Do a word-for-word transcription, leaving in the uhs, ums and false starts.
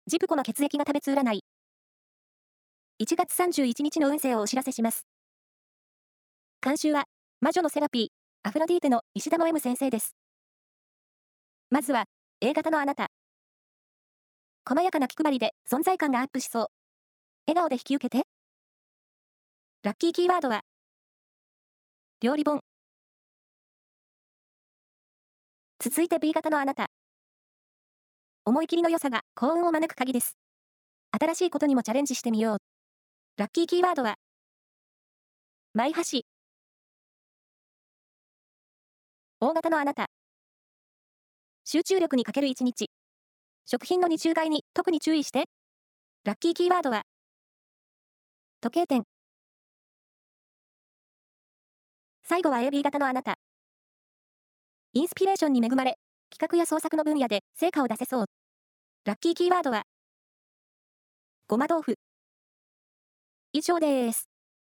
ジプコの血液が食べつ占い。いちがつさんじゅういちにちの運勢をお知らせします。監修は、魔女のセラピー、アフロディーテの石田の M 先生です。まずは、A 型のあなた。細やかな気配りで存在感がアップしそう。笑顔で引き受けて。ラッキーキーワードは、料理本。続いて B 型のあなた。思い切りの良さが幸運を招く鍵です。新しいことにもチャレンジしてみよう。ラッキーキーワードは、マイ箸。O 型のあなた。集中力に欠ける一日。食品の二重買いに特に注意して。ラッキーキーワードは、時計店。最後は エービー 型のあなた。インスピレーションに恵まれ、企画や創作の分野で成果を出せそう。ラッキーキーワードは、ごま豆腐。以上です。